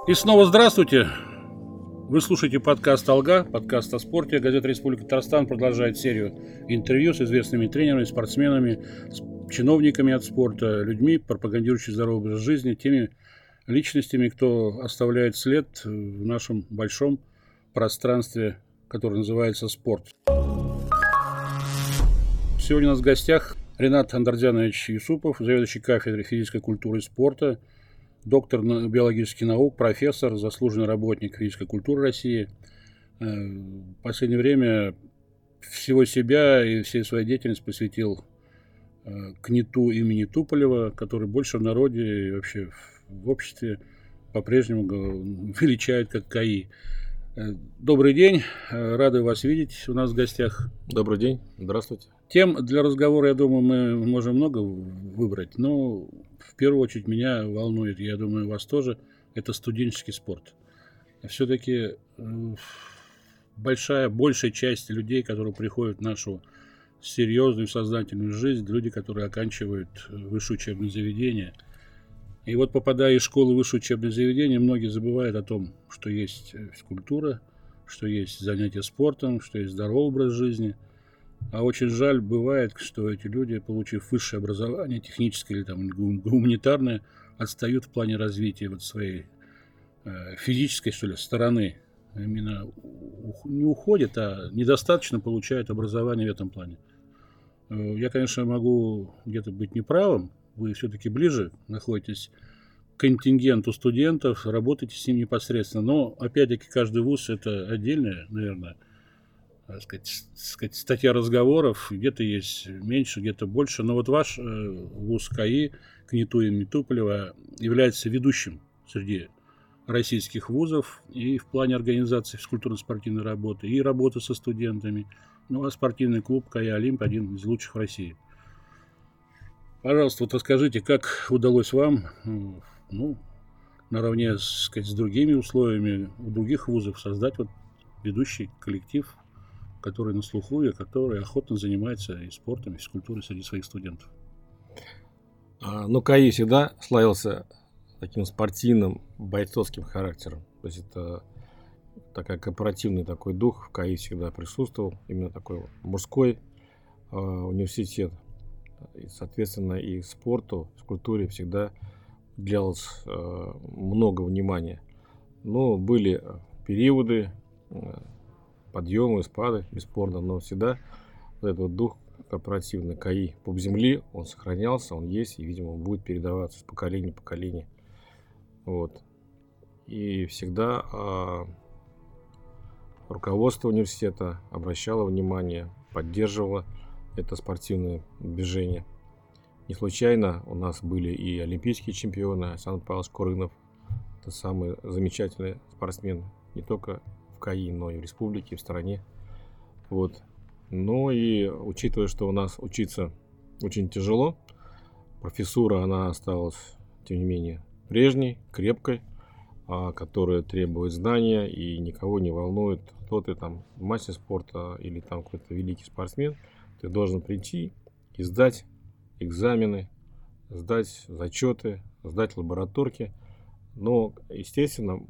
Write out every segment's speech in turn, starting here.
И снова здравствуйте! Вы слушаете подкаст «Алга», подкаст о спорте. Газета «Республика Татарстан» продолжает серию интервью с известными тренерами, спортсменами, с чиновниками от спорта, людьми, пропагандирующими здоровый образ жизни, теми личностями, кто оставляет след в нашем большом пространстве, которое называется спорт. Сегодня у нас в гостях Ринат Андардянович Юсупов, заведующий кафедрой физической культуры и спорта, доктор биологических наук, профессор, заслуженный работник физической культуры России. В последнее время всего себя и всей своей деятельности посвятил КНИТУ имени Туполева, который больше в народе и вообще в обществе по-прежнему величают как КАИ. Добрый день, рады вас видеть у нас в гостях. Добрый день, здравствуйте. Тем для разговора, я думаю, мы можем много выбрать, но в первую очередь меня волнует, я думаю, вас тоже, это студенческий спорт. Все-таки большая часть людей, которые приходят в нашу серьезную сознательную жизнь, люди, которые оканчивают высшее учебное заведение. И вот, попадая из школы в высшее учебное заведение, многие забывают о том, что есть физкультура, что есть занятия спортом, что есть здоровый образ жизни. А очень жаль бывает, что эти люди, получив высшее образование, техническое или там гуманитарное, отстают в плане развития вот своей физической, что ли, стороны. Именно не уходят, а недостаточно получают образование в этом плане. Я, конечно, могу где-то быть неправым. Вы все-таки ближе находитесь к контингенту студентов, работаете с ним непосредственно. Но, опять-таки, каждый вуз – это отдельная, наверное, статья разговоров. Где-то есть меньше, где-то больше. Но вот ваш вуз КАИ, КНИТУ имени Туполева, является ведущим среди российских вузов и в плане организации физкультурно-спортивной работы, и работы со студентами. Ну, а спортивный клуб КАИ «Олимп» один из лучших в России. Пожалуйста, вот расскажите, как удалось вам, наравне с другими условиями у других вузов создать вот ведущий коллектив, который на слуху и который охотно занимается и спортом, и физкультурой среди своих студентов. КАИ всегда славился таким спортивным, бойцовским характером. То есть это такой корпоративный такой дух в КАИ всегда присутствовал, именно такой мужской университет. И, соответственно, и спорту, физкультуре всегда уделялось много внимания. Но были периоды, подъемы, спады, бесспорно, но всегда вот этот вот дух корпоративный КАИ по земле, он сохранялся, он есть, и, видимо, он будет передаваться с поколения в поколение. Вот. И всегда руководство университета обращало внимание, поддерживало это спортивное движение. Не случайно у нас были и олимпийские чемпионы. Александр Павлович Курынов, это самый замечательный спортсмен не только в КАИ, но и в республике, и в стране. Вот. Но и учитывая, что у нас учиться очень тяжело, профессура, она осталась, тем не менее, прежней, крепкой, которая требует знания и никого не волнует, кто ты там, мастер спорта или там какой-то великий спортсмен. Ты должен прийти и сдать экзамены, сдать зачеты, сдать лабораторки. Но, естественно,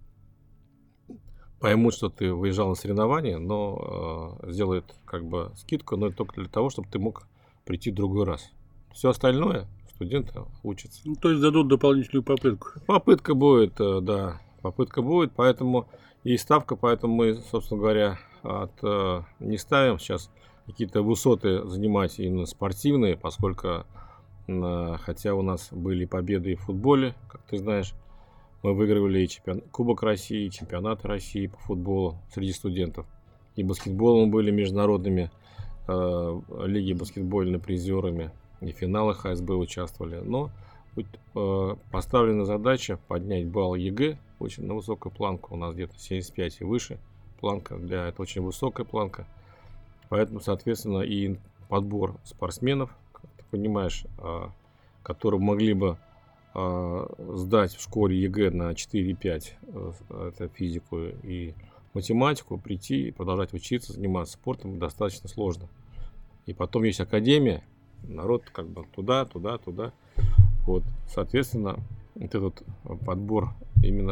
поймут, что ты выезжал на соревнования, но сделают как бы скидку, но это только для того, чтобы ты мог прийти в другой раз. Все остальное студенты учатся. То есть дадут дополнительную попытку. Попытка будет, да, попытка будет, поэтому и ставка, поэтому мы, собственно говоря, не ставим сейчас какие-то высоты занимать именно спортивные, поскольку, хотя у нас были победы и в футболе, как ты знаешь, мы выигрывали и Кубок России, и чемпионаты России по футболу среди студентов. И баскетболом мы были международными лиги баскетбольными призерами, и в финалах ХСБ участвовали. Но поставлена задача поднять балл ЕГЭ очень на высокую планку, у нас где-то 75 и выше планка, это очень высокая планка. Поэтому, соответственно, и подбор спортсменов, как ты понимаешь, которые могли бы сдать в школе ЕГЭ на 4,5, это физику и математику, прийти и продолжать учиться, заниматься спортом достаточно сложно. И потом есть академия, народ как бы туда. Вот, соответственно, вот этот подбор именно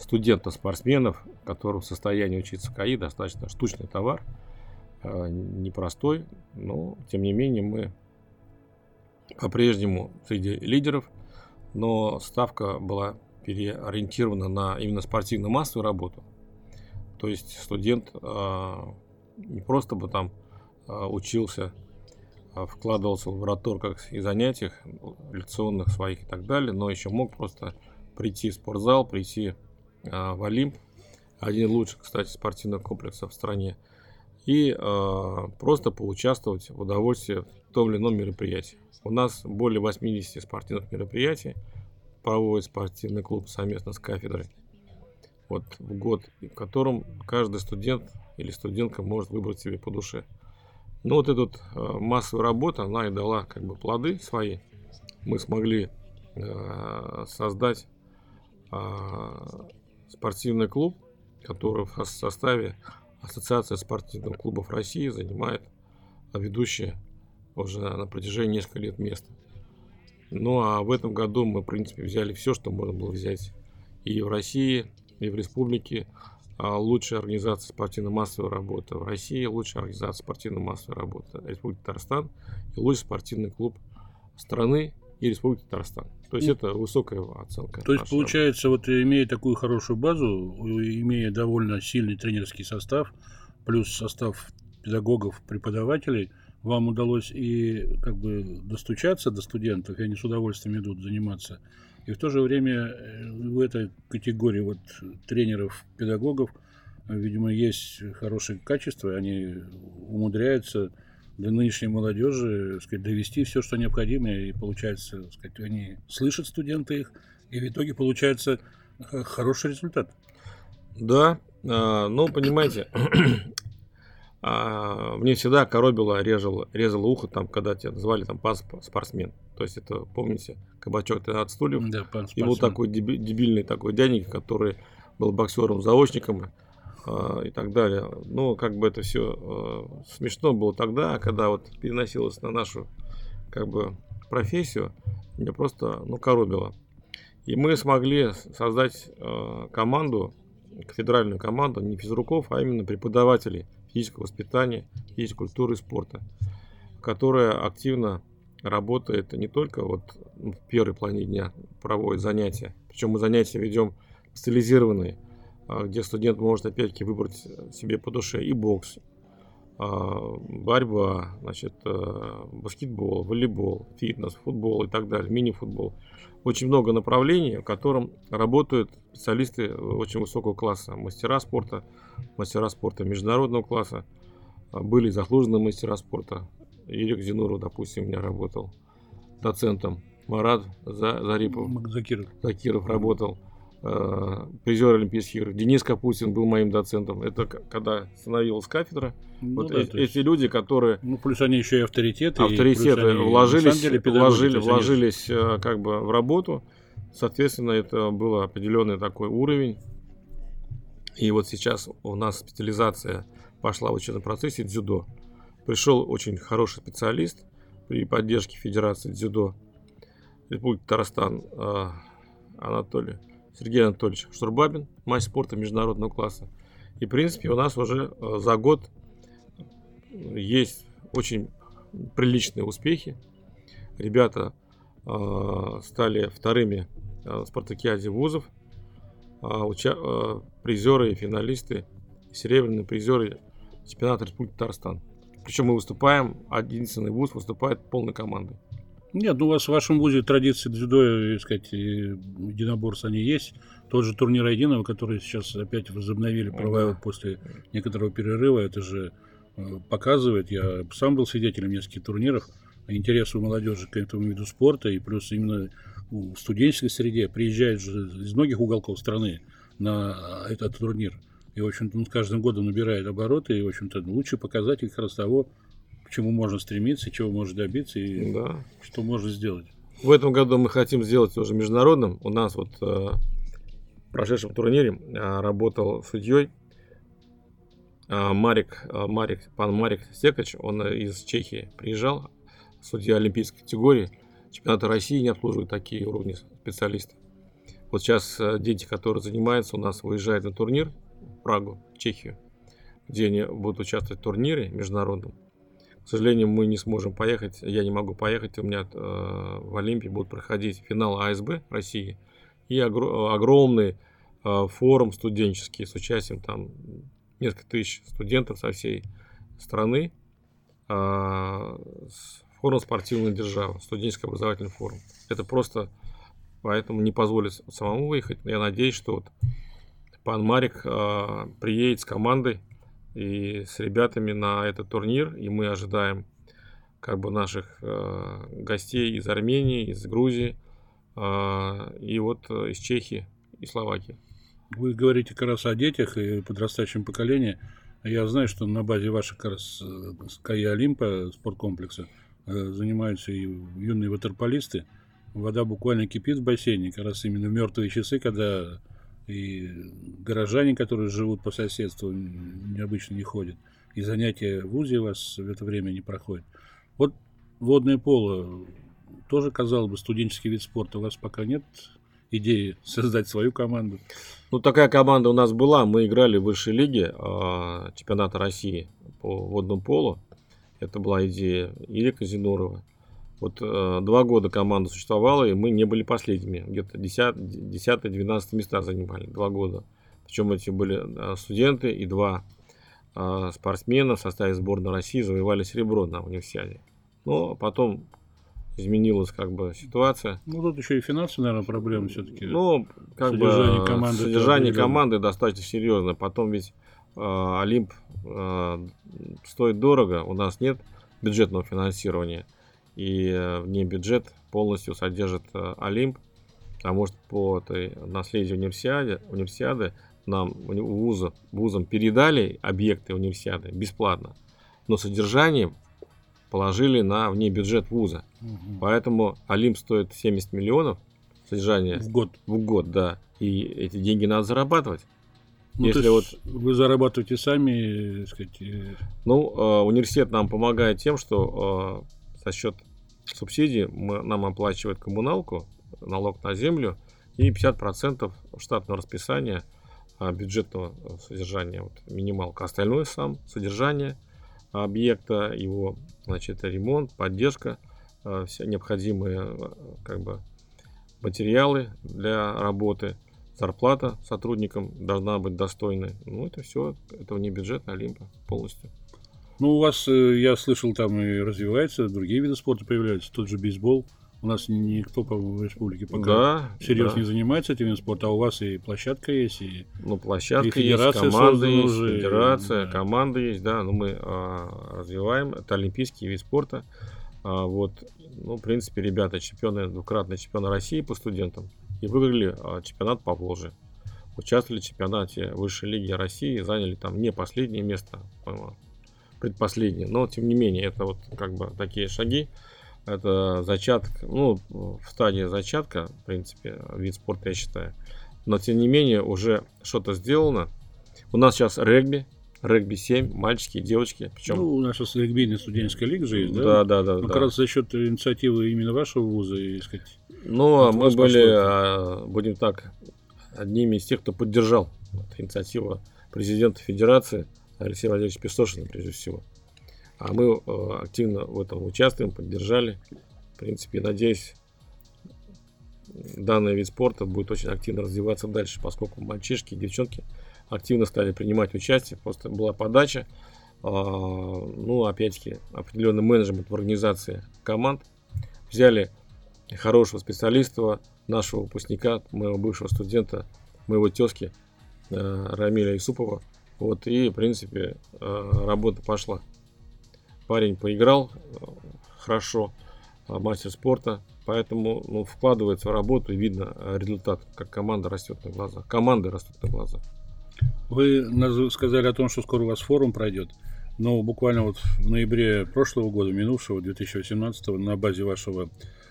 студентов-спортсменов, которые в состоянии учиться в КАИ, достаточно штучный товар, непростой, но тем не менее мы по-прежнему среди лидеров, но ставка была переориентирована на именно спортивно-массовую работу. То есть студент не просто бы там учился, вкладывался в лабораторных и занятиях лекционных своих и так далее, но еще мог просто прийти в спортзал, прийти в Олимп, один из лучших, кстати, спортивных комплексов в стране, и просто поучаствовать в удовольствии в том или ином мероприятии. У нас более 80 спортивных мероприятий проводит спортивный клуб совместно с кафедрой. Вот в год, в котором каждый студент или студентка может выбрать себе по душе. Но вот эта массовая работа, она и дала как бы плоды свои. Мы смогли создать спортивный клуб, который в составе Ассоциации спортивных клубов России занимает ведущее уже на протяжении нескольких лет место. Ну а в этом году мы, в принципе, взяли все, что можно было взять и в России, и в республике. Лучшая организация спортивно-массовой работы в России, лучшая организация спортивно-массовой работы Республики Татарстан и лучший спортивный клуб страны и Республики Татарстан. То есть это высокая оценка. То есть получается, вот имея такую хорошую базу, имея довольно сильный тренерский состав, плюс состав педагогов, преподавателей, вам удалось и как бы достучаться до студентов, и они с удовольствием идут заниматься. И в то же время в этой категории вот тренеров, педагогов, видимо, есть хорошие качества, они умудряются для нынешней молодежи, сказать, довести все, что необходимо, и получается, сказать, они слышат студенты их, и в итоге получается хороший результат. Да, ну, понимаете, мне всегда коробило, резало ухо, там, когда тебя называли там спортсмен. То есть это, помните, кабачок 13 стульев. Да, и был такой дебильный такой дяденька, который был боксером-заочником и так далее. Но как бы это все смешно было тогда, когда вот переносилось на нашу как бы профессию, меня просто коробило. И мы смогли создать команду, кафедральную команду, не физруков, а именно преподавателей физического воспитания, физической культуры и спорта, которая активно работает не только вот в первой половине дня, проводит занятия, причем мы занятия ведем специализированные, где студент может опять-таки выбрать себе по душе и бокс, борьба, значит, баскетбол, волейбол, фитнес, футбол и так далее, мини-футбол. Очень много направлений, в котором работают специалисты очень высокого класса, мастера спорта международного класса, были заслуженные мастера спорта. Ирик Зинуров, допустим, у меня работал доцентом, Марат Закиров работал, призер Олимпийских игр. Денис Капутин был моим доцентом. Это когда становилась кафедра. Ну, вот да, эти люди, которые... Ну, плюс они еще и авторитеты. Вложились как бы в работу. Соответственно, это был определенный такой уровень. И вот сейчас у нас специализация пошла в учебном процессе дзюдо. Пришел очень хороший специалист при поддержке Федерации дзюдо Республики Татарстан Сергей Анатольевич Штурбабин, мастер спорта международного класса. И, в принципе, у нас уже за год есть очень приличные успехи. Ребята стали вторыми в спартакиаде вузов, призеры и финалисты, серебряные призеры чемпионата Республики Татарстан. Причем мы выступаем, единственный вуз выступает полной командой. Нет, ну у вас в вашем вузе традиции дзюдо, сказать, единоборств они есть. Тот же турнир единого, который сейчас опять возобновили, проводят после некоторого перерыва, это же показывает. Я сам был свидетелем нескольких турниров, интерес у молодежи к этому виду спорта, и плюс именно в студенческой среде приезжают же из многих уголков страны на этот турнир. И, в общем-то, он с каждым годом набирает обороты, и, в общем-то, лучший показатель как раз того, к чему можно стремиться, чего можно добиться и что можно сделать. В этом году мы хотим сделать тоже международным. У нас вот в прошедшем турнире работал судьей пан Марик Секач. Он из Чехии приезжал, судья олимпийской категории. Чемпионаты России не обслуживают такие уровни специалистов. Вот сейчас дети, которые занимаются, у нас выезжают на турнир в Прагу, в Чехию, где они будут участвовать в турнире международном. К сожалению, мы не сможем поехать, я не могу поехать. У меня в Олимпии будут проходить финал АСБ России и огромный форум студенческий с участием там несколько тысяч студентов со всей страны. Форум спортивной державы, студенческий образовательный форум. Это просто, поэтому не позволит самому выехать. Я надеюсь, что вот пан Марик приедет с командой и с ребятами на этот турнир, и мы ожидаем как бы наших гостей из Армении, из Грузии, и вот из Чехии и Словакии. Вы говорите как раз о детях и подрастающем поколении. Я знаю, что на базе ваших как раз КАИ Олимпа спорткомплекса занимаются и юные ватерполисты. Вода буквально кипит в бассейне, как раз именно в мертвые часы, когда и горожане, которые живут по соседству, необычно не ходят. И занятия в ВУЗе у вас в это время не проходят. Вот водное поло, тоже, казалось бы, студенческий вид спорта. У вас пока нет идеи создать свою команду? Ну, такая команда у нас была. Мы играли в высшей лиге чемпионата России по водному полу. Это была идея Ирика Зинурова. Вот 2 года команда существовала, и мы не были последними. Где-то 10-12 места занимали 2 года. Причем эти были студенты и 2 спортсмена в составе сборной России завоевали серебро на универсиаде. Но потом изменилась как бы ситуация. Ну, тут еще и финансовая, наверное, проблема все-таки. Ну, как бы содержание команды достаточно серьезно. Потом ведь Олимп стоит дорого, у нас нет бюджетного финансирования. И вне бюджет полностью содержит Олимп. А может, по этой наследию универсиады нам вузам передали объекты универсиады бесплатно, но содержание положили на вне бюджет вуза. Угу. Поэтому Олимп стоит 70 миллионов содержания в год, да. И эти деньги надо зарабатывать. Ну, если вот вы зарабатываете сами, так сказать. Ну, университет нам помогает тем, что за счет субсидий нам оплачивает коммуналку, налог на землю и 50% штатного расписания бюджетного содержания, вот, минималка. Остальное сам содержание объекта, его, значит, ремонт, поддержка, все необходимые как бы материалы для работы, зарплата сотрудникам должна быть достойной. Ну, это все, это вне бюджета Олимпа полностью. Ну, у вас, я слышал, там и развиваются, другие виды спорта появляются, тот же бейсбол. У нас никто, по-моему, в республике пока серьезно не занимается этим видом спорта, а у вас и площадка есть, и площадка и есть, команда есть, уже, федерация, да. Команда есть, да, но мы развиваем, это олимпийский вид спорта. Вот, ну, в принципе, ребята чемпионы, двукратные чемпионы России по студентам и выиграли чемпионат по Волжье. Участвовали в чемпионате высшей лиги России, заняли там не последнее место, по-моему, предпоследнее, но тем не менее это вот как бы такие шаги, это зачаток, ну, в стадии зачатка, в принципе, вид спорта, я считаю, но тем не менее уже что-то сделано. У нас сейчас регби 7, мальчики и девочки. Причем... Ну, у нас сейчас регбийная студенческая лига же есть, да? Да. Ну, как раз за счет инициативы именно вашего вуза, и, сказать. Ну, мы были, будем так, одними из тех, кто поддержал инициативу президента Федерации Алексея Валерьевича Песошина, прежде всего. А мы активно в этом участвуем, поддержали. В принципе, надеюсь, данный вид спорта будет очень активно развиваться дальше, поскольку мальчишки и девчонки активно стали принимать участие. Просто была подача, ну, опять-таки, определенный менеджмент в организации команд. Взяли хорошего специалиста, нашего выпускника, моего бывшего студента, моего тезки Рамиля Исупова. Вот, и, в принципе, работа пошла. Парень поиграл хорошо, мастер спорта, поэтому, ну, вкладывается в работу и видно результат, как команда растет на глазах. Команды растут на глазах. Вы сказали о том, что скоро у вас форум пройдет, но буквально вот в ноябре прошлого года, минувшего, 2018, на базе вашего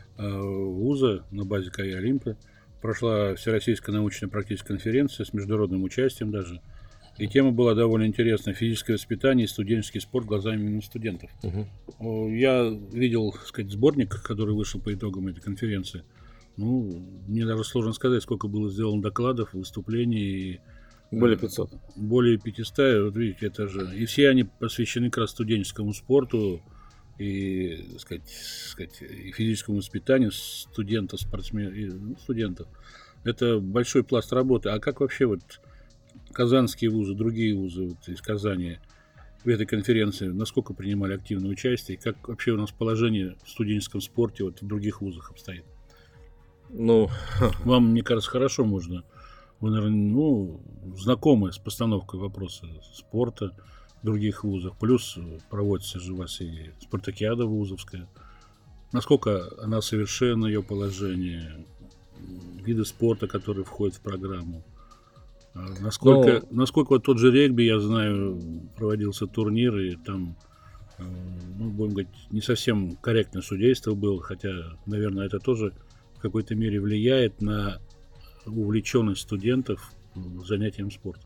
вуза, на базе КАИ Олимпа, прошла Всероссийская научная практическая конференция с международным участием даже. И тема была довольно интересная: физическое воспитание и студенческий спорт глазами именно студентов. Угу. Я видел, так сказать, сборник, который вышел по итогам этой конференции. Ну, мне даже сложно сказать, сколько было сделано докладов, выступлений. Более 500. Более 500, вот видите, это же... И все они посвящены как раз студенческому спорту и, так сказать, и физическому воспитанию студентов, спортсменов, студентов. Это большой пласт работы. А как вообще вот казанские вузы, другие вузы вот из Казани в этой конференции, насколько принимали активное участие? И как вообще у нас положение в студенческом спорте вот в других вузах обстоит? Ну, Вам, мне кажется, хорошо можно... Вы, наверное, знакомы с постановкой вопроса спорта в других вузах. Плюс проводится же у вас и спартакиада вузовская. Насколько она совершенна, ее положение, виды спорта, которые входят в программу. Насколько вот тот же регби, я знаю, проводился турнир, и там, будем говорить, не совсем корректное судейство было, хотя, наверное, это тоже в какой-то мере влияет на увлеченность студентов занятием спортом.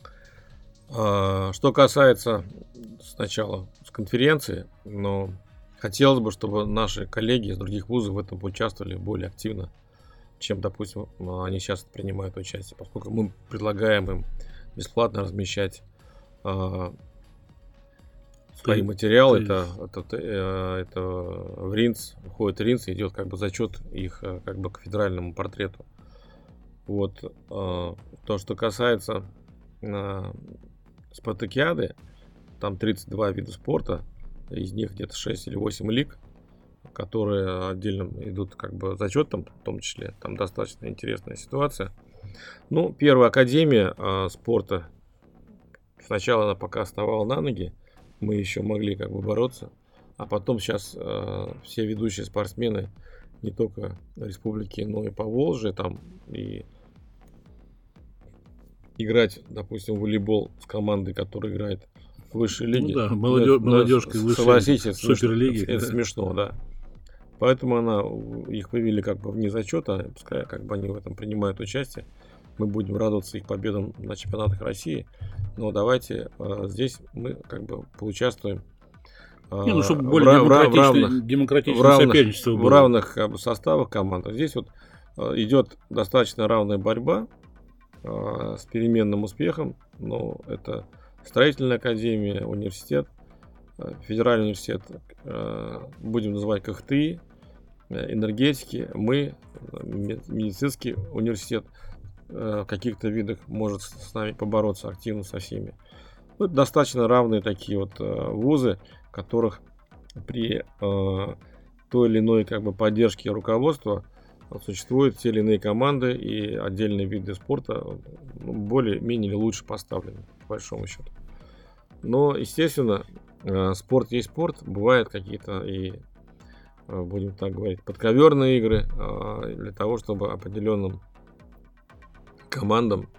Что касается сначала с конференции, но хотелось бы, чтобы наши коллеги из других вузов в этом поучаствовали более активно, чем, допустим, они сейчас принимают участие, поскольку мы предлагаем им бесплатно размещать свои материалы. Это в РИНС, входит РИНС, идет как бы зачет их как бы к федеральному портрету. Вот, то, что касается спартакиады, там 32 вида спорта, из них где-то 6 или 8 лиг, которые отдельно идут как бы зачетом, в том числе, там достаточно интересная ситуация. Ну, первая академия спорта, сначала она пока вставала на ноги, мы еще могли как бы бороться, а потом сейчас все ведущие спортсмены не только республики, но и Поволжья, там и играть, допустим, в волейбол с командой, которая играет в высшей лиге. Ну да, молодежка в суперлиге. Это смешно, да. Поэтому их вывели как бы вне зачета, пускай как бы они в этом принимают участие. Мы будем радоваться их победам на чемпионатах России. Но давайте здесь мы как бы поучаствуем чтобы более демократичное соперничество было. В равных как бы составах команд. Здесь вот идет достаточно равная борьба с переменным успехом, но это строительная академия, университет, федеральный университет, будем называть КХТИ, энергетики, мы, медицинский университет, в каких-то видах может с нами побороться активно со всеми. Ну, это достаточно равные такие вот вузы, в которых при той или иной как бы поддержке руководства существуют те или иные команды и отдельные виды спорта более-менее или лучше поставлены, по большому счету. Но, естественно, спорт есть спорт. Бывают какие-то и, будем так говорить, подковерные игры для того, чтобы определенным командам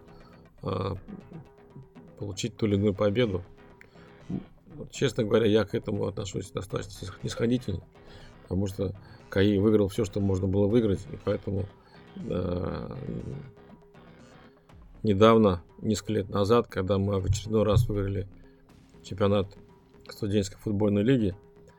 получить ту или иную победу. Честно говоря, я к этому отношусь достаточно снисходительно, потому что КАИ выиграл все, что можно было выиграть, и поэтому недавно, несколько лет назад, когда мы в очередной раз выиграли чемпионат студенческой футбольной лиги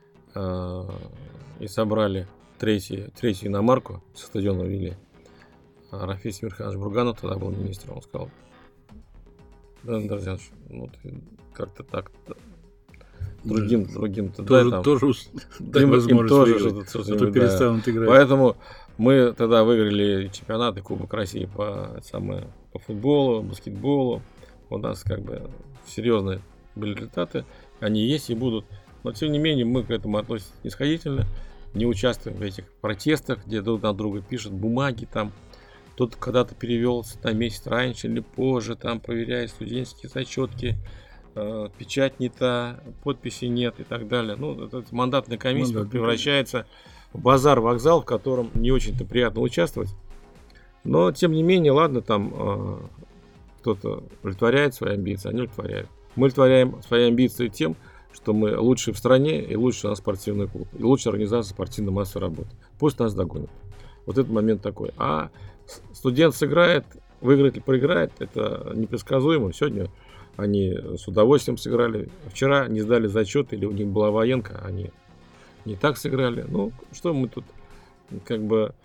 и собрали третью иномарку со стадиона ввели, Рафис Мирханович Бурганов тогда был министром, он сказал: да, друзья, как-то так. Другим-то тоже дай возможность выиграть, а то перестанут играть. Поэтому мы тогда выиграли чемпионаты Кубок России по футболу, баскетболу. У нас как бы серьезные были результаты, они есть и будут. Но тем не менее мы к этому относимся снисходительно, не участвуем в этих протестах, где друг на друга пишут бумаги там. Кто-то когда-то перевелся на месяц раньше или позже, там проверяет студенческие зачетки, печать не та, подписи нет и так далее. Ну, эта мандатная комиссия превращается в базар-вокзал, в котором не очень-то приятно участвовать. Но, тем не менее, ладно, там кто-то удовлетворяет свои амбиции, они удовлетворяют. Мы удовлетворяем свои амбиции тем, что мы лучшие в стране, и лучший у нас спортивный клуб, и лучшая организация спортивно-массовой работы. Пусть нас догонят. Вот этот момент такой. А студент сыграет, выиграет или проиграет, это непредсказуемо. Сегодня они с удовольствием сыграли. Вчера не сдали зачет, или у них была военка, они не так сыграли. Ну, что мы тут как бы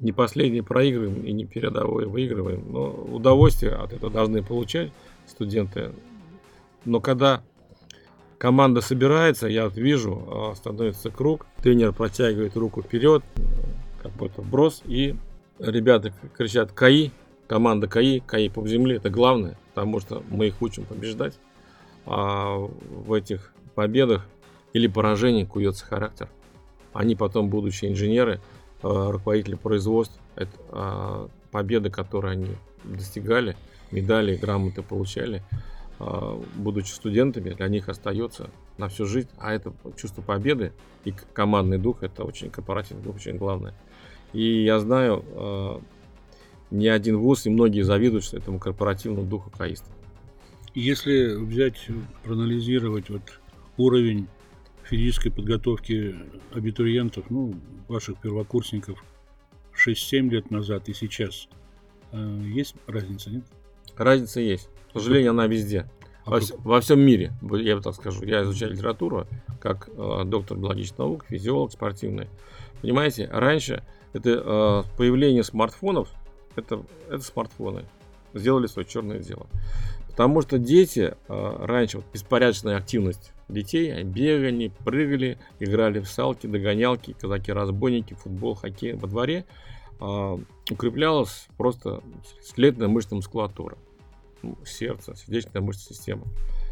не последний проигрываем и не передовой выигрываем, но удовольствие от этого должны получать студенты. Но когда команда собирается, я вот вижу, становится круг, тренер протягивает руку вперед, как будто вброс, и ребята кричат «КАИ», команда КАИ, КАИ по земле, это главное, потому что мы их учим побеждать, а в этих победах или поражениях куется характер. Они потом, будучи инженеры, руководители производств, это победы, которые они достигали, медали, грамоты получали, будучи студентами, для них остается на всю жизнь. А это чувство победы и командный дух, это очень корпоративный дух, очень главное. И я знаю, ни один вуз и многие завидуют этому корпоративному духу КАИстов. Если взять, проанализировать вот уровень физической подготовки абитуриентов, ваших первокурсников 6-7 лет назад и сейчас, есть разница, нет? Разница есть. К сожалению, она везде. Во всем мире, я бы так скажу. Я изучаю литературу как доктор биологических наук, физиолог спортивный. Понимаете, раньше это появление смартфонов, это смартфоны. Сделали свое черное дело. Потому что дети раньше, беспорядочная активность детей, они бегали, прыгали, играли в салки, догонялки, казаки-разбойники, футбол, хоккей во дворе, укреплялась просто скелетная мышечная мускулатура, сердце, сердечная мышечная система.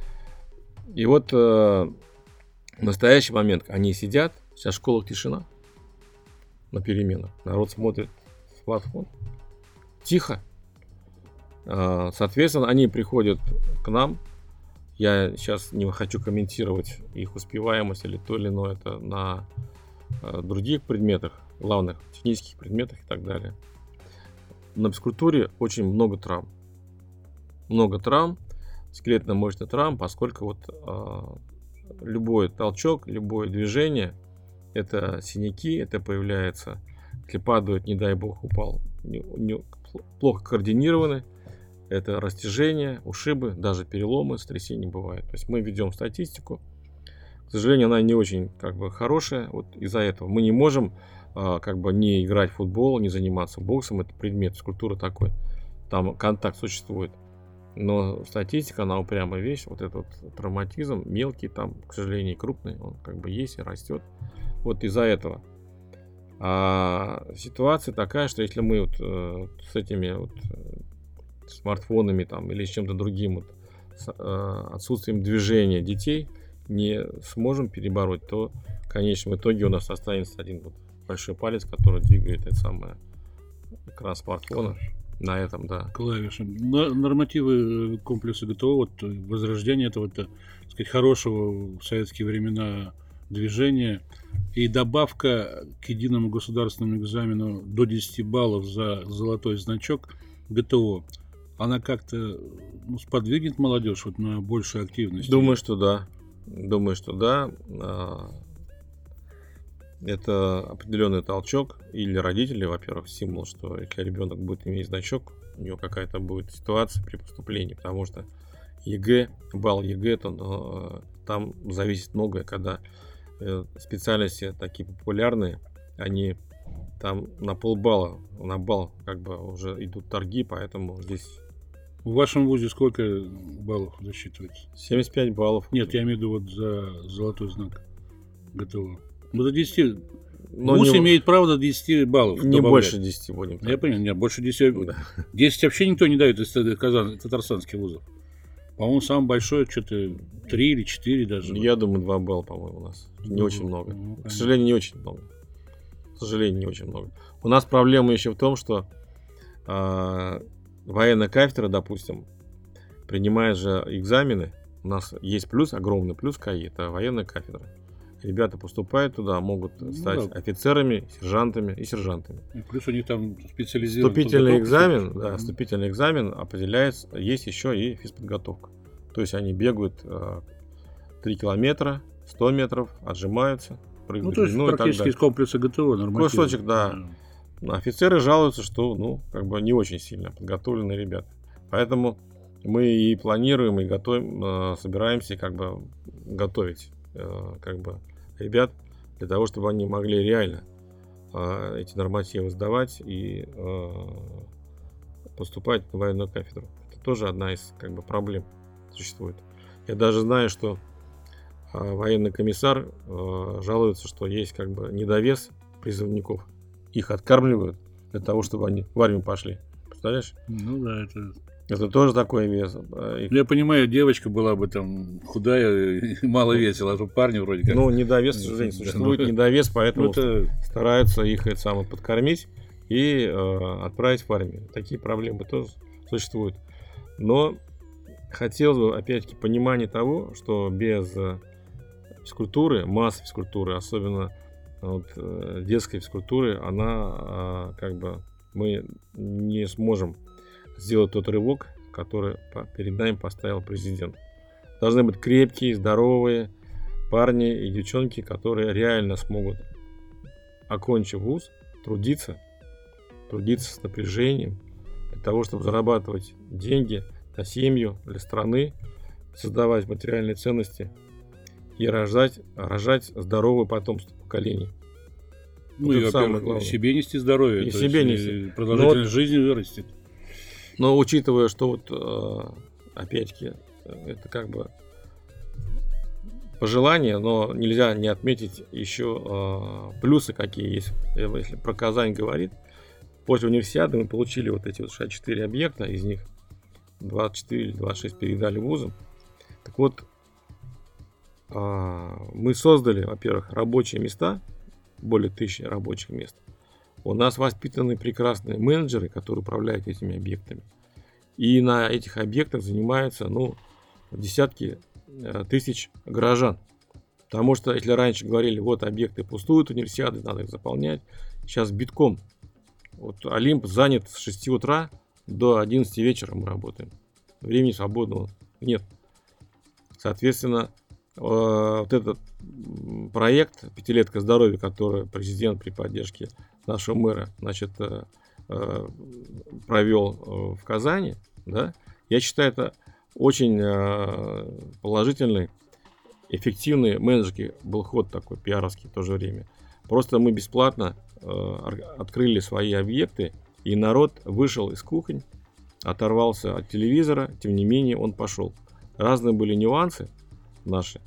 И вот в настоящий момент они сидят, сейчас в школах тишина на переменах, народ смотрит в смартфон, тихо. Соответственно, они приходят к нам. Я сейчас не хочу комментировать их успеваемость или то или иное, это на других предметах, главных технических предметах и так далее. На физкультуре очень много травм. Много травм, скелетно-мышечных травм, поскольку любой толчок, любое движение, это синяки, это появляется, если падают, не дай бог, упал, плохо координированы. Это растяжение, ушибы, даже переломы, сотрясения бывают. То есть мы ведем статистику. К сожалению, она не очень хорошая. Вот из-за этого мы не можем не играть в футбол, не заниматься боксом. Это предмет физкультуры такой. Там контакт существует. Но статистика, она упрямая вещь. Вот этот травматизм мелкий, там, к сожалению, крупный, он есть и растет. Вот из-за этого. А ситуация такая, что если мы с этими смартфонами или с чем-то другим, отсутствием движения детей не сможем перебороть, то в конечном итоге у нас останется один большой палец, который двигает экран смартфона. На этом, да. Клавиши. Нормативы комплекса ГТО, возрождение этого, так сказать, хорошего в советские времена движения и добавка к единому государственному экзамену до 10 баллов за золотой значок ГТО, она как-то сподвигнет молодежь на большую активность? Думаю, что да. Это определенный толчок и для родителей, во-первых, стимул, что если ребенок будет иметь значок, у него какая-то будет ситуация при поступлении, потому что балл ЕГЭ, там зависит многое, когда специальности такие популярные, они там на полбалла, на балл уже идут торги, поэтому здесь... В вашем вузе сколько баллов засчитывается? 75 баллов. Нет, я имею в виду за золотой знак ГТО. До 10. Но ВУЗ имеет право до 10 баллов. Не добавлять. Больше 10 будем. Я понял, нет, больше 10. Да. 10 вообще никто не дает из татарстанских вузов. По-моему, самый большой что-то 3 или 4 даже. Я думаю, 2 балла, по-моему, у нас. Не очень много. К сожалению, не очень много. У нас проблема еще в том, что военная кафедра, допустим, принимает же экзамены. У нас есть огромный плюс КАИ, это военная кафедра. Ребята поступают туда, могут стать офицерами, сержантами. И плюс у них там специализированный вступительный экзамен определяется, есть еще и физподготовка. То есть они бегают 3 километра, 100 метров, отжимаются, прыгают. То есть практически из комплекса ГТО нормально. Кусочек, да. Офицеры жалуются, что не очень сильно подготовленные ребята. Поэтому мы и планируем, и готовим, собираемся готовить ребят для того, чтобы они могли реально эти нормативы сдавать и поступать на военную кафедру. Это тоже одна из проблем существует. Я даже знаю, что военный комиссар жалуется, что есть недовес призывников. Их откармливают для того, чтобы они в армию пошли. Представляешь? Ну да, это тоже такой вес. Я понимаю, девочка была бы там худая и мало весила, а то парни вроде как... Ну, недовес, к сожалению, существует недовес, поэтому стараются их подкормить и отправить в армию. Такие проблемы тоже существуют. Но хотелось бы, опять-таки, понимания того, что без физкультуры, массы физкультуры, особенно детской физкультуры, она мы не сможем сделать тот рывок, который перед нами поставил президент. Должны быть крепкие, здоровые парни и девчонки, которые реально смогут, окончив вуз, трудиться с напряжением для того, чтобы зарабатывать деньги на семью, для страны, создавать материальные ценности и рожать здоровое потомство поколений. Ну и, во-первых, себе нести здоровье, и себе нести. Продолжительность жизни вырастет. Но учитывая, что опять-таки, это пожелание, но нельзя не отметить еще плюсы, какие есть. Если про Казань говорить, после универсиады мы получили эти 64 объекта, из них 24 или 26 передали вузам. Так вот, мы создали, во-первых, рабочие места, более 1000 рабочих мест. У нас воспитаны прекрасные менеджеры, которые управляют этими объектами. И на этих объектах занимаются десятки тысяч горожан. Потому что, если раньше говорили, объекты пустуют, универсиады, надо их заполнять, сейчас битком. Олимп занят с 6 утра до 11 вечера мы работаем. Времени свободного нет. Соответственно, этот проект «Пятилетка здоровья», который президент при поддержке нашего мэра провел в Казани, да, я считаю, это очень положительный, эффективный менеджерский был ход такой, пиаровский в то же время. Просто мы бесплатно открыли свои объекты, и народ вышел из кухонь, оторвался от телевизора, тем не менее он пошел. Разные были нюансы наши,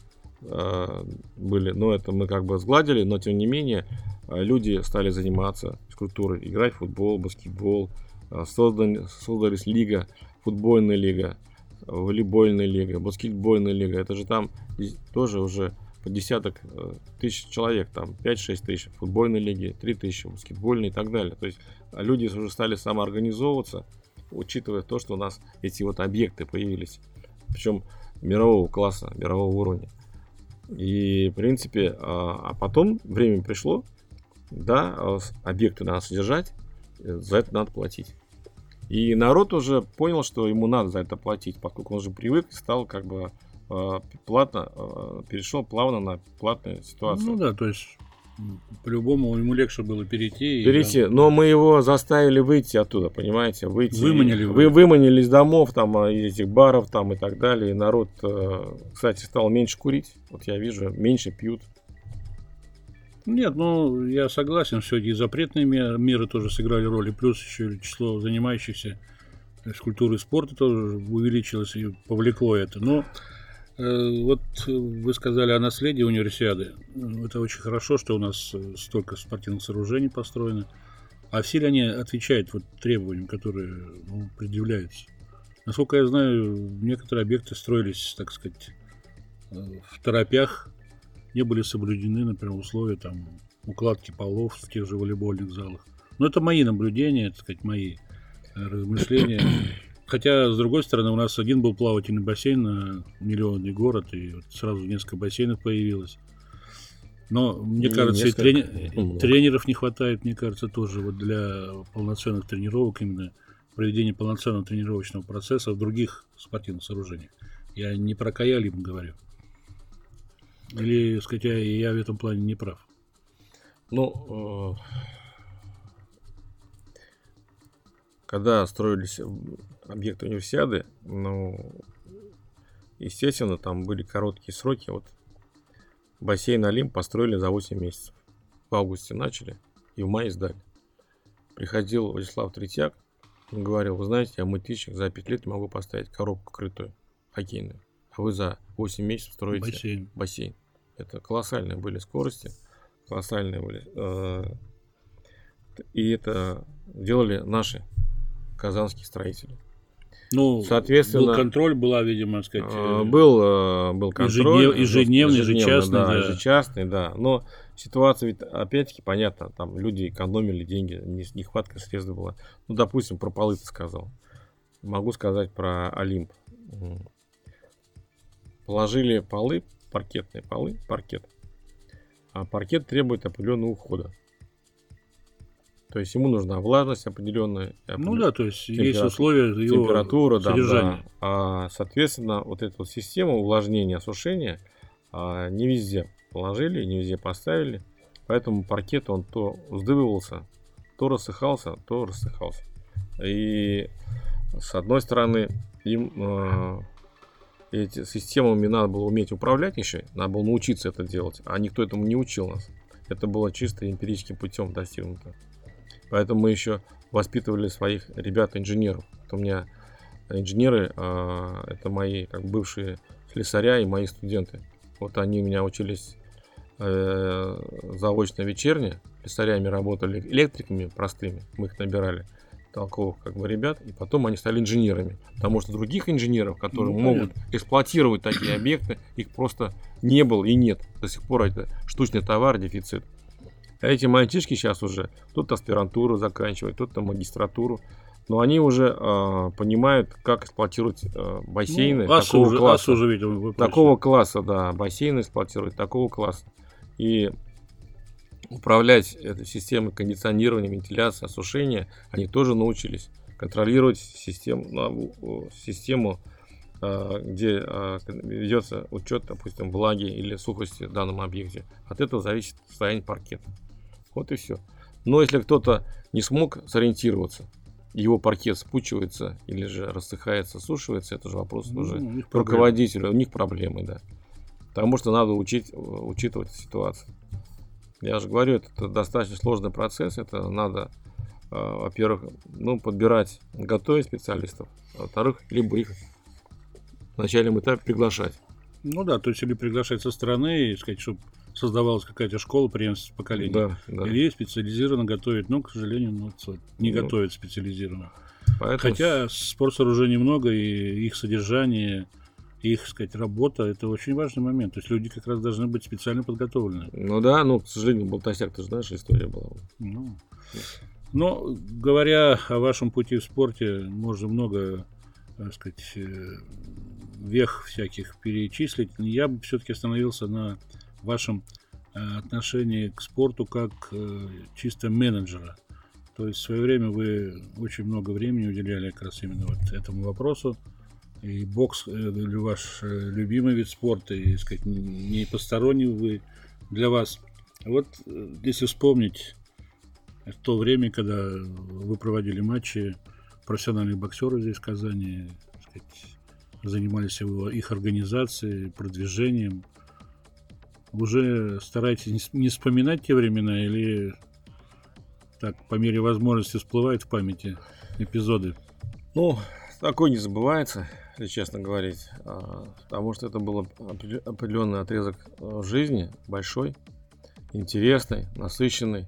но это мы сгладили, но тем не менее люди стали заниматься физкультурой, играть в футбол, баскетбол, создалась лига, футбольная лига, волейбольная лига, баскетбольная лига. Это же там тоже уже по десяток тысяч человек, там 5-6 тысяч в футбольной лиге, 3 тысячи в баскетбольной и так далее. То есть люди уже стали самоорганизовываться, учитывая то, что у нас эти объекты появились, причем мирового класса, мирового уровня. И в принципе, а потом время пришло, да, объекты надо содержать, за это надо платить. И народ уже понял, что ему надо за это платить, поскольку он уже привык и стал перешел плавно на платную ситуацию. Ну да, то есть по-любому ему легче было перейти. Но мы его заставили выйти оттуда, понимаете, выманили из домов, из этих баров и так далее. И народ, кстати, стал меньше курить. Я вижу, меньше пьют. Нет, я согласен, все эти запретные меры тоже сыграли роль, и плюс еще число занимающихся физкультурой и спорта тоже увеличилось и повлекло это. Но вы сказали о наследии универсиады. Это очень хорошо, что у нас столько спортивных сооружений построено. А все ли они отвечают требованиям, которые предъявляются? Насколько я знаю, некоторые объекты строились, так сказать, в торопях, не были соблюдены, например, условия укладки полов в тех же волейбольных залах. Но это мои наблюдения, так сказать, мои размышления. Хотя, с другой стороны, у нас один был плавательный бассейн на миллионный город, и сразу несколько бассейнов появилось. Но, мне кажется, и тренеров не хватает, мне кажется, тоже для полноценных тренировок, именно проведения полноценного тренировочного процесса в других спортивных сооружениях. Я не про Каялим говорю. Или, сказать, я в этом плане не прав? Когда строились объекты универсиады, естественно, там были короткие сроки. Бассейн Олимп построили за 8 месяцев. В августе начали. и в мае сдали. Приходил Владислав Третьяк, он говорил: вы знаете, я мытищик, за 5 лет могу поставить коробку крытую, хоккейную, а вы за 8 месяцев строите бассейн. Это колоссальные были скорости, колоссальные были. И это делали наши казанские строители. Ну, соответственно, был контроль, была, видимо, так сказать... Был контроль. Ежедневный, ежечасный. Да, ежечасный, да. Но ситуация ведь, опять-таки, понятно, там люди экономили деньги, нехватка средств была. Ну, допустим, про полы ты сказал. Могу сказать про Олимп. Положили полы, паркетные полы, паркет. А паркет требует определенного ухода. То есть ему нужна влажность определенная. Ну да, то есть есть условия его температура, содержания. Да. Соответственно, вот эта вот система увлажнения, осушения не везде положили, не везде поставили. Поэтому паркет, он то вздыбывался, то рассыхался, то рассыхался. И с одной стороны, им эти системами надо было уметь управлять еще, надо было научиться это делать, а никто этому не учил нас. Это было чисто эмпирическим путем достигнуто. Поэтому мы еще воспитывали своих ребят-инженеров. Вот у меня инженеры, это мои как бывшие слесаря и мои студенты. Вот они у меня учились заочно-вечерне, слесарями работали, электриками простыми, мы их набирали, толковых как бы ребят, и потом они стали инженерами. Потому что других инженеров, которые могут эксплуатировать такие объекты, их просто не было и нет. До сих пор это штучный товар, дефицит. А эти мальчишки сейчас уже кто-то аспирантуру заканчивает, кто-то магистратуру, но они уже понимают, как эксплуатировать бассейны такого класса. Уже видел, такого класса, да, бассейны эксплуатировать такого класса. И управлять этой системой кондиционирования, вентиляции, осушения они тоже научились. Контролировать систему, где ведется учет, допустим, влаги или сухости в данном объекте. От этого зависит состояние паркета. Вот и все. Но если кто-то не смог сориентироваться, его паркет спучивается или же рассыхается, сушивается, это же вопрос уже к руководителю. У них проблемы, да. Потому что надо учитывать ситуацию. Я же говорю, это достаточно сложный процесс. Это надо, во-первых, подбирать, готовить специалистов, а во-вторых, либо их на начальном этапе приглашать. Ну да, то есть или приглашать со стороны, и сказать, чтобы создавалась какая-то школа преемственности поколений. Да. Или специализированно готовить, но, к сожалению, не готовят специализированно. Хотя спортсооружений много, и их содержание, их, сказать, работа, это очень важный момент. То есть люди как раз должны быть специально подготовлены. Ну да, к сожалению, Балтасяк, ты же знаешь, история была. Но говоря о вашем пути в спорте, можно много, так сказать, вех всяких перечислить. Я бы все-таки остановился на вашем отношении к спорту как чисто менеджера. То есть в свое время вы очень много времени уделяли как раз именно вот этому вопросу. И бокс ваш любимый вид спорта, и, сказать, не посторонний вы для вас. Вот если вспомнить то время, когда вы проводили матчи, профессиональные боксеры здесь в Казани, сказать, занимались их организацией, продвижением, уже стараетесь не вспоминать те времена или так по мере возможности всплывают в памяти эпизоды? Такое не забывается, если честно говорить, потому что это был определенный отрезок жизни, большой, интересный, насыщенный.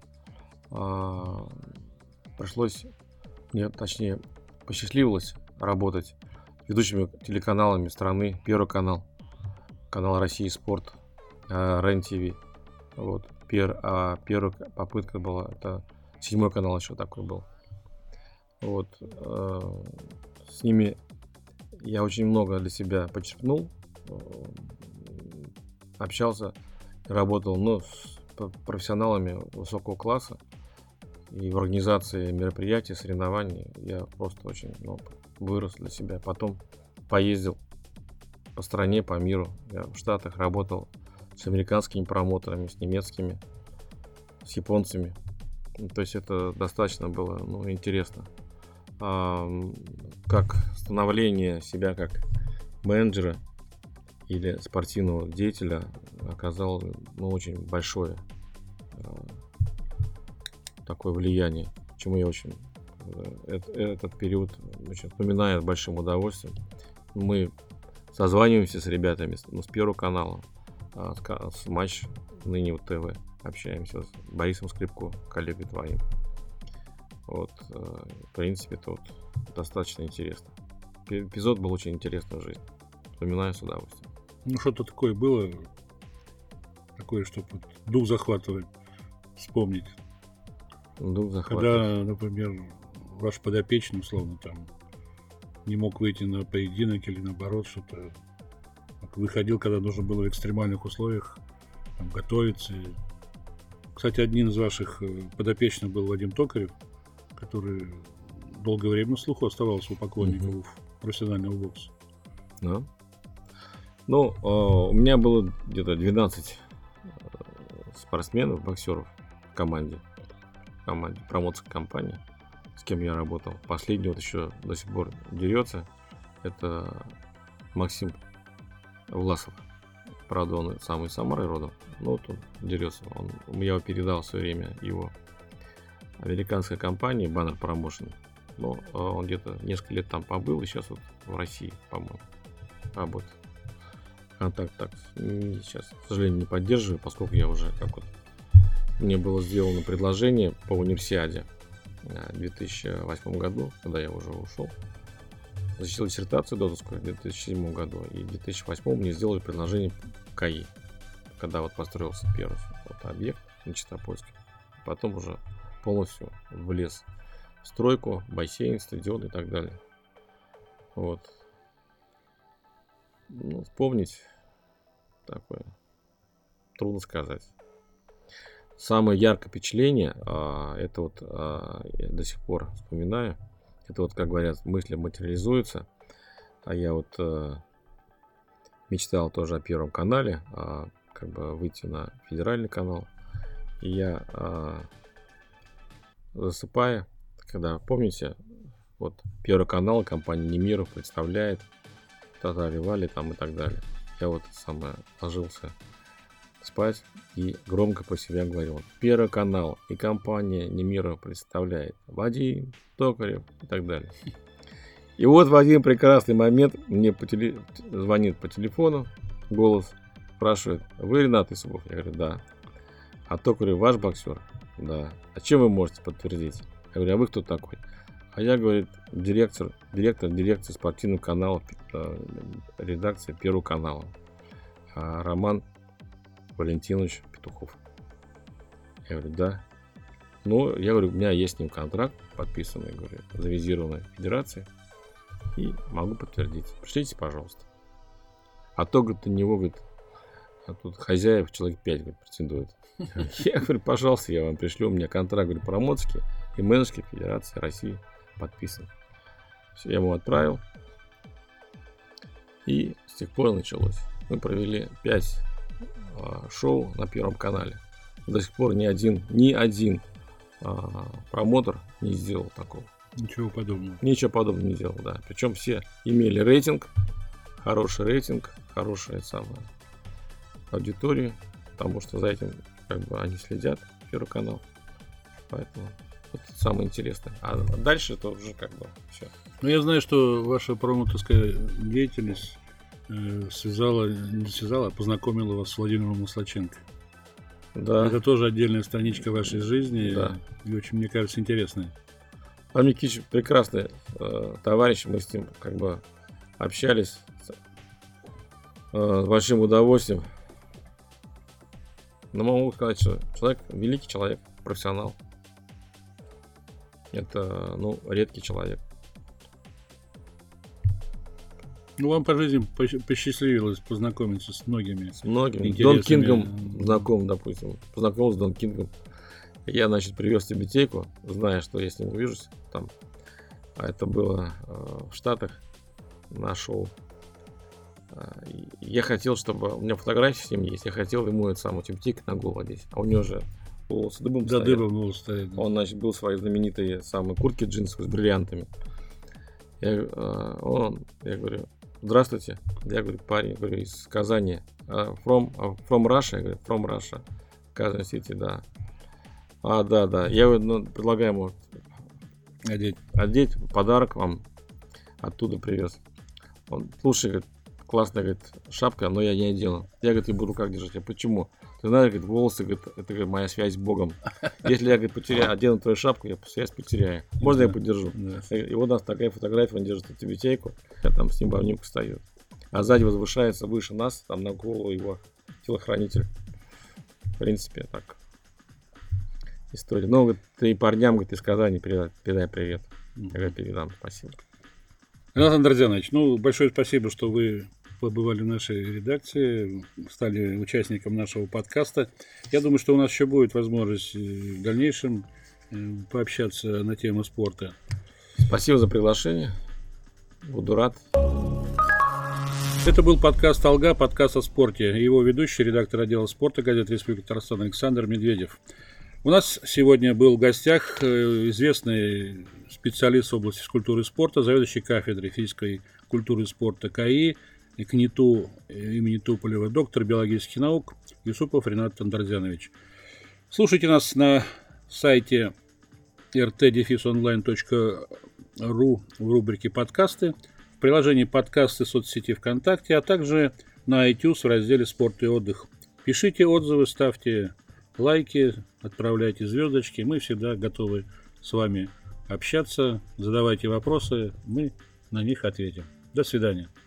Пришлось, посчастливилось работать ведущими телеканалами страны. Первый канал России Спорт, РЕН-ТВ. Вот. Первая попытка была, это 7 канал еще такой был. Вот. С ними я очень много для себя почерпнул, общался, работал, с профессионалами высокого класса. И в организации мероприятий, соревнований я просто очень вырос для себя. Потом поездил по стране, по миру. Я в Штатах работал с американскими промоутерами, с немецкими, с японцами. То есть это достаточно было интересно. Как становление себя как менеджера или спортивного деятеля оказало очень большое такое влияние, чему я очень этот период очень вспоминаю с большим удовольствием. Мы созваниваемся с ребятами с Первого канала, с Матч ныне ТВ, общаемся с Борисом Скрипко, коллегой твоим. Вот, в принципе, это вот достаточно интересно. Эпизод был очень интересный в жизни. Вспоминаю с удовольствием. Ну, что-то такое было, такое, чтобы вот дух захватывает, вспомнить. Дух захватывает. Когда, например, ваш подопечный, условно, там, не мог выйти на поединок или наоборот, что-то выходил, когда нужно было в экстремальных условиях там, готовиться. Кстати, одним из ваших подопечных был Вадим Токарев, который долгое время на слуху оставался у поклонников профессионального бокса. Да. Ну, у меня было где-то 12 спортсменов, боксеров в команде промоутерской компании, с кем я работал. Последний вот еще до сих пор дерется. Это Максим Власов. Правда, он самый из Самары родом. Но вот он дерется. Я его передал в свое время его американской компании Banner Promotion. Но он где-то несколько лет там побыл, и сейчас вот в России, по-моему, работает. Контакт так сейчас, к сожалению, не поддерживаю, поскольку я уже мне было сделано предложение по универсиаде в 2008 году, когда я уже ушел. Защитил диссертацию докторскую в 2007 году, и в 2008 мне сделали предложение в КАИ, когда вот построился первый объект на Чистопольске. Потом уже полностью влез в стройку, бассейн, стадион и так далее. Вот. Ну, вспомнить такое трудно сказать. Самое яркое впечатление, это вот я до сих пор вспоминаю, это вот, как говорят, мысли материализуются. А я вот мечтал тоже о Первом канале, как бы выйти на федеральный канал. И я засыпая, когда, помните, вот Первый канал, компания Немиров представляет Татари Вали там и так далее. Я вот самое ложился спать и громко про себя говорил: Первый канал и компания Немиров представляет Вадим Токарев и так далее. И вот в один прекрасный момент мне звонит по телефону голос, спрашивает: вы Ренат Исупов? Я говорю: да. А Токарев ваш боксер? Да. А чем вы можете подтвердить? Я говорю: а вы кто такой? А я, говорит, директор дирекции спортивных каналов, редакции Первого канала, Роман Валентинович Петухов. Я говорю: да. Ну, я говорю, у меня есть с ним контракт подписанный, говорю, завизированной федерацией, и могу подтвердить. Пришлите, пожалуйста. А то, говорит, на него, говорит, а тут хозяев человек 5, говорит, претендует. Я говорю: пожалуйста, я вам пришлю, у меня контракт, говорю, промоутерский и менеджерский Федерации России подписан. Все, я ему отправил. И с тех пор началось. Мы провели 5 шоу на Первом канале. До сих пор ни один промоутер не сделал такого. Ничего подобного. Ничего подобного не делал, да. Причем все имели рейтинг, хорошую самую аудиторию, потому что за этим как бы они следят, Первый канал. Поэтому вот это самое интересное. А дальше это уже как бы все. Ну, я знаю, что ваша промоутерская деятельность познакомила вас с Владимиром Маслаченко. Да. Это тоже отдельная страничка вашей жизни, да. И очень, мне кажется, интересная. Владимир Никитич прекрасный товарищ, мы с ним как бы общались с большим удовольствием. Но могу сказать, что человек, великий человек, профессионал. Это, редкий человек. Ну, вам по жизни посчастливилось познакомиться с многими. С многими. С Дон Кингом знаком, допустим. Познакомился с Дон Кингом. Я, привез Тибетейку, зная, что я с ним увижусь там. А это было в Штатах на шоу. Я хотел, чтобы... У меня фотографии с ним есть. Я хотел ему эту самую Тибетейку на голову одеть. А у него же волосы дыбом стоят. Да, дыбом волосы стоят. Да. Он, был в своей знаменитой самой куртке джинсовой с бриллиантами. Я говорю: здравствуйте. Я говорю: парень, из Казани. From Russia? Я говорю: from Russia. Казань Сити, да. Да. Я предлагаю ему одеть, подарок вам оттуда привез. Он, слушай, говорит, классная, говорит, шапка, но я не одену. Я, говорит, и буду как держать. А почему? Ты знаешь, говорит, волосы, говорит, это, говорит, моя связь с Богом. Если я, говорит, одену твою шапку, я связь потеряю. Можно я подержу? И вот у нас такая фотография, он держит эту тюбетейку, я там с ним в обнимку стою. А сзади возвышается выше нас, там на голову его телохранитель. В принципе, так. История. Ну, говорит, ты и парням, говорит, из Казани передай привет. Я говорю, передам, спасибо. Ренат Андерзянович, большое спасибо, что вы побывали в нашей редакции, стали участником нашего подкаста. Я думаю, что у нас еще будет возможность в дальнейшем пообщаться на тему спорта. Спасибо за приглашение. Буду рад. Это был подкаст «Алга», подкаст о спорте. Его ведущий, редактор отдела спорта газеты «Республика Татарстан» Александр Медведев. У нас сегодня был в гостях известный специалист в области физкультуры и спорта, заведующий кафедрой физической культуры и спорта КАИ и КНИТУ имени Туполева, доктор биологических наук Юсупов Ренат Андерзянович. Слушайте нас на сайте rt-online.ru в рубрике «Подкасты», в приложении «Подкасты» соцсети ВКонтакте, а также на iTunes в разделе «Спорт и отдых». Пишите отзывы, ставьте лайки, отправляйте звездочки. Мы всегда готовы с вами общаться. Задавайте вопросы, мы на них ответим. До свидания.